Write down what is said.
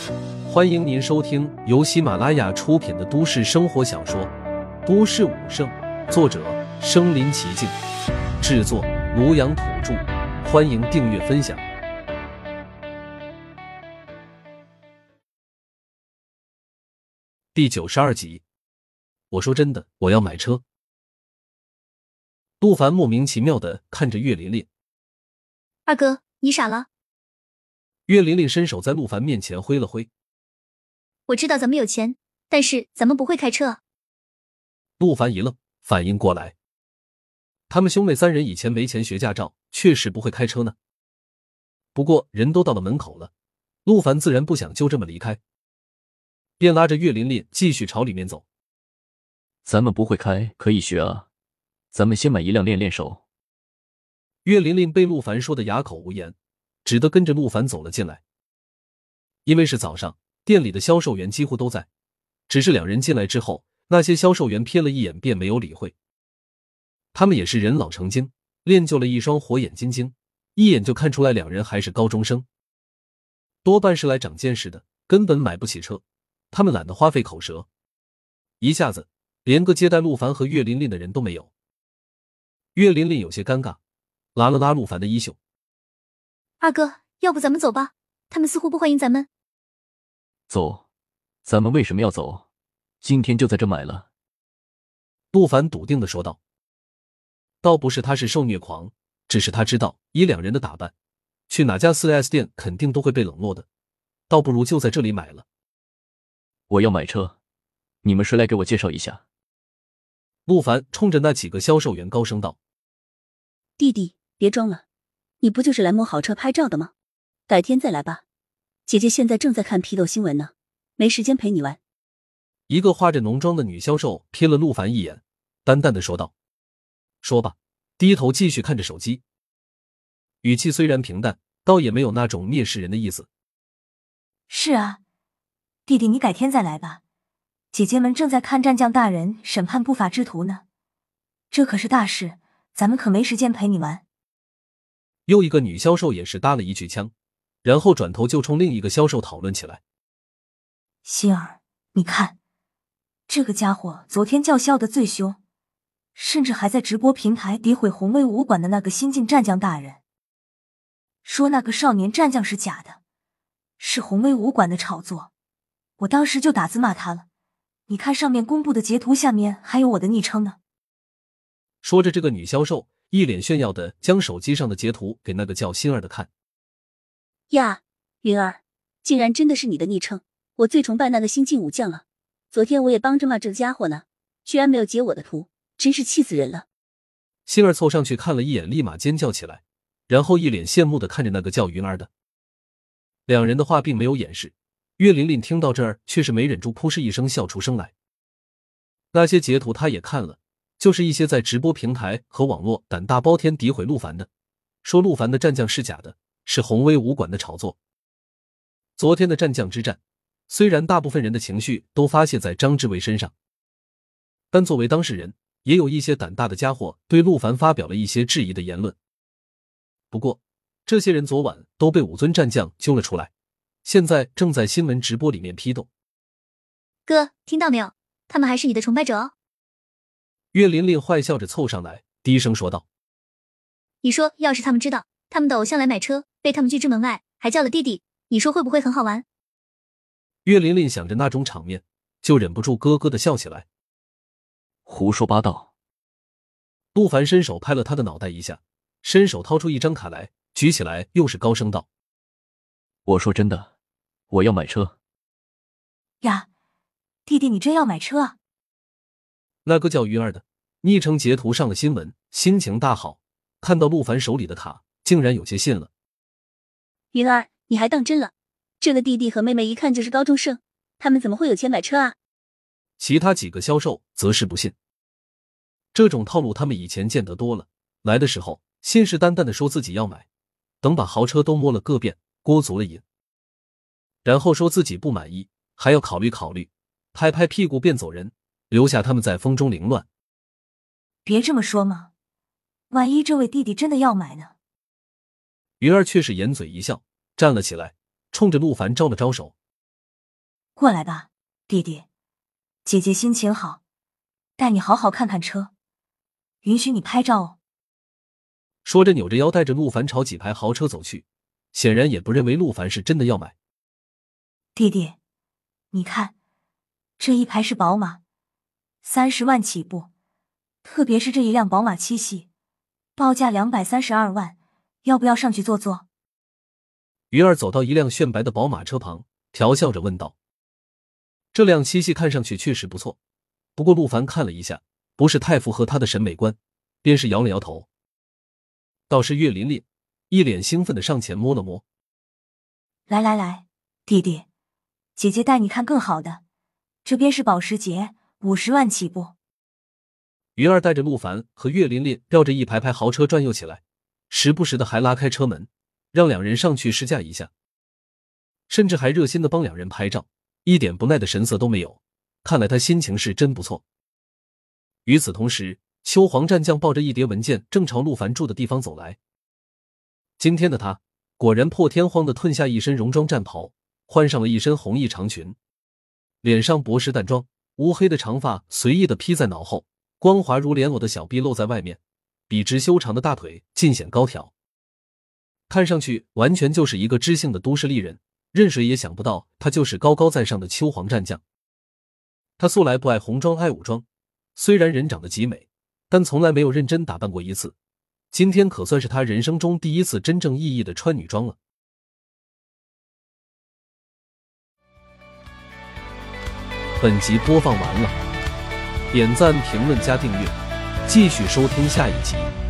欢迎您收听由喜马拉雅出品的都市生活小说《都市武圣》，作者身临其境，制作庐阳土著。欢迎订阅分享。第92集，我说真的，我要买车。陆凡莫名其妙地看着岳琳琳。 二哥，你傻了？ 岳琳琳伸手在陆凡面前挥了挥。 我知道咱们有钱，但是咱们不会开车啊。 陆凡一愣，反应过来，他们兄妹三人以前没钱学驾照，确实不会开车呢。不过人都到了门口了，陆凡自然不想就这么离开，便拉着岳琳琳继续朝里面走。 咱们不会开，可以学啊，咱们先买一辆练练手。 岳琳琳被陆凡说的哑口无言，只得跟着陆凡走了进来。因为是早上，店里的销售员几乎都在，只是两人进来之后，那些销售员瞥了一眼便没有理会。他们也是人老成精，练就了一双火眼金睛，一眼就看出来两人还是高中生，多半是来长见识的，根本买不起车，他们懒得花费口舌。一下子连个接待陆凡和岳琳琳的人都没有。岳琳琳有些尴尬，拉了拉陆凡的衣袖。 二哥，要不咱们走吧，他们似乎不欢迎咱们。 走，咱们为什么要走？今天就在这买了。 陆凡笃定地说道。倒不是他是受虐狂，只是他知道以两人的打扮，去哪家 4S 店肯定都会被冷落的，倒不如就在这里买了。 我要买车，你们谁来给我介绍一下？ 陆凡冲着那几个销售员高声道。 弟弟，别装了，你不就是来摸好车拍照的吗？改天再来吧，姐姐现在正在看批斗新闻呢，没时间陪你玩。 一个化着浓妆的女销售瞥了陆凡一眼，淡淡的说道。说罢，低头继续看着手机，语气虽然平淡，倒也没有那种蔑视人的意思。 是啊，弟弟你改天再来吧，姐姐们正在看战将大人审判不法之徒呢，这可是大事，咱们可没时间陪你玩。 又一个女销售也是搭了一句腔，然后转头就冲另一个销售讨论起来。 希儿，你看，这个家伙昨天叫嚣的最凶，甚至还在直播平台诋毁红威武馆的那个新晋战将大人，说那个少年战将是假的，是红威武馆的炒作。我当时就打字骂他了，你看上面公布的截图下面还有我的昵称呢。 说着，这个女销售一脸炫耀的将手机上的截图给那个叫心儿的看。 呀，云儿，竟然真的是你的昵称，我最崇拜那个新晋武将了，昨天我也帮着骂这个家伙呢，居然没有截我的图，真是气死人了。 心儿凑上去看了一眼，立马尖叫起来，然后一脸羡慕的看着那个叫云儿的。两人的话并没有掩饰，岳琳琳听到这儿却是没忍住扑哧一声笑出声来。那些截图她也看了，就是一些在直播平台和网络胆大包天诋毁陆凡的，说陆凡的战将是假的，是红威武馆的炒作。昨天的战将之战，虽然大部分人的情绪都发泄在张志伟身上，但作为当事人，也有一些胆大的家伙对陆凡发表了一些质疑的言论。不过这些人昨晚都被武尊战将揪了出来，现在正在新闻直播里面批斗。 哥，听到没有？他们还是你的崇拜者哦。 岳琳琳坏笑着凑上来，低声说道。 你说要是他们知道他们的偶像来买车，被他们拒之门外，还叫了弟弟，你说会不会很好玩？ 岳琳琳想着那种场面，就忍不住咯咯地笑起来。 胡说八道。 陆凡伸手拍了他的脑袋一下，伸手掏出一张卡来，举起来又是高声道。 我说真的，我要买车。 呀，弟弟你真要买车啊？ 那个叫云儿的昵称截图上了新闻，心情大好，看到陆凡手里的卡，竟然有些信了。 云儿，你还当真了？这个弟弟和妹妹一看就是高中生，他们怎么会有钱买车啊？ 其他几个销售则是不信。这种套路他们以前见得多了，来的时候信誓旦旦地说自己要买，等把豪车都摸了个遍，锅足了瘾，然后说自己不满意，还要考虑考虑，拍拍屁股便走人，留下他们在风中凌乱。 别这么说嘛，万一这位弟弟真的要买呢？ 云儿却是掩嘴一笑，站了起来，冲着陆凡招了招手。 过来吧，弟弟，姐姐心情好，带你好好看看车，允许你拍照哦。 说着扭着腰带着陆凡朝几排豪车走去，显然也不认为陆凡是真的要买。 弟弟，你看，这一排是宝马，30万起步，特别是这一辆宝马7系，报价232万，要不要上去坐坐？ 鱼儿走到一辆炫白的宝马车旁，调笑着问道。这辆7系看上去确实不错，不过陆凡看了一下，不是太符合他的审美观，便是摇了摇头。倒是岳琳琳一脸兴奋地上前摸了摸。 来来来，弟弟，姐姐带你看更好的，这边是保时捷，50万起步。 鱼儿带着陆凡和岳琳琳绕着一排排豪车转悠起来，时不时的还拉开车门，让两人上去试驾一下，甚至还热心的帮两人拍照，一点不耐的神色都没有，看来他心情是真不错。与此同时，秋黄战将抱着一叠文件正朝陆凡住的地方走来。今天的他果然破天荒地褪下一身戎装战袍，换上了一身红衣长裙，脸上薄实淡妆，乌黑的长发随意地披在脑后，光滑如莲藕的小臂露在外面，笔直修长的大腿尽显高挑，看上去完全就是一个知性的都市丽人，任谁也想不到他就是高高在上的秋黄战将。他素来不爱红装爱武装，虽然人长得极美，但从来没有认真打扮过一次，今天可算是他人生中第一次真正意义的穿女装了。本集播放完了，点赞、评论、加订阅，继续收听下一集。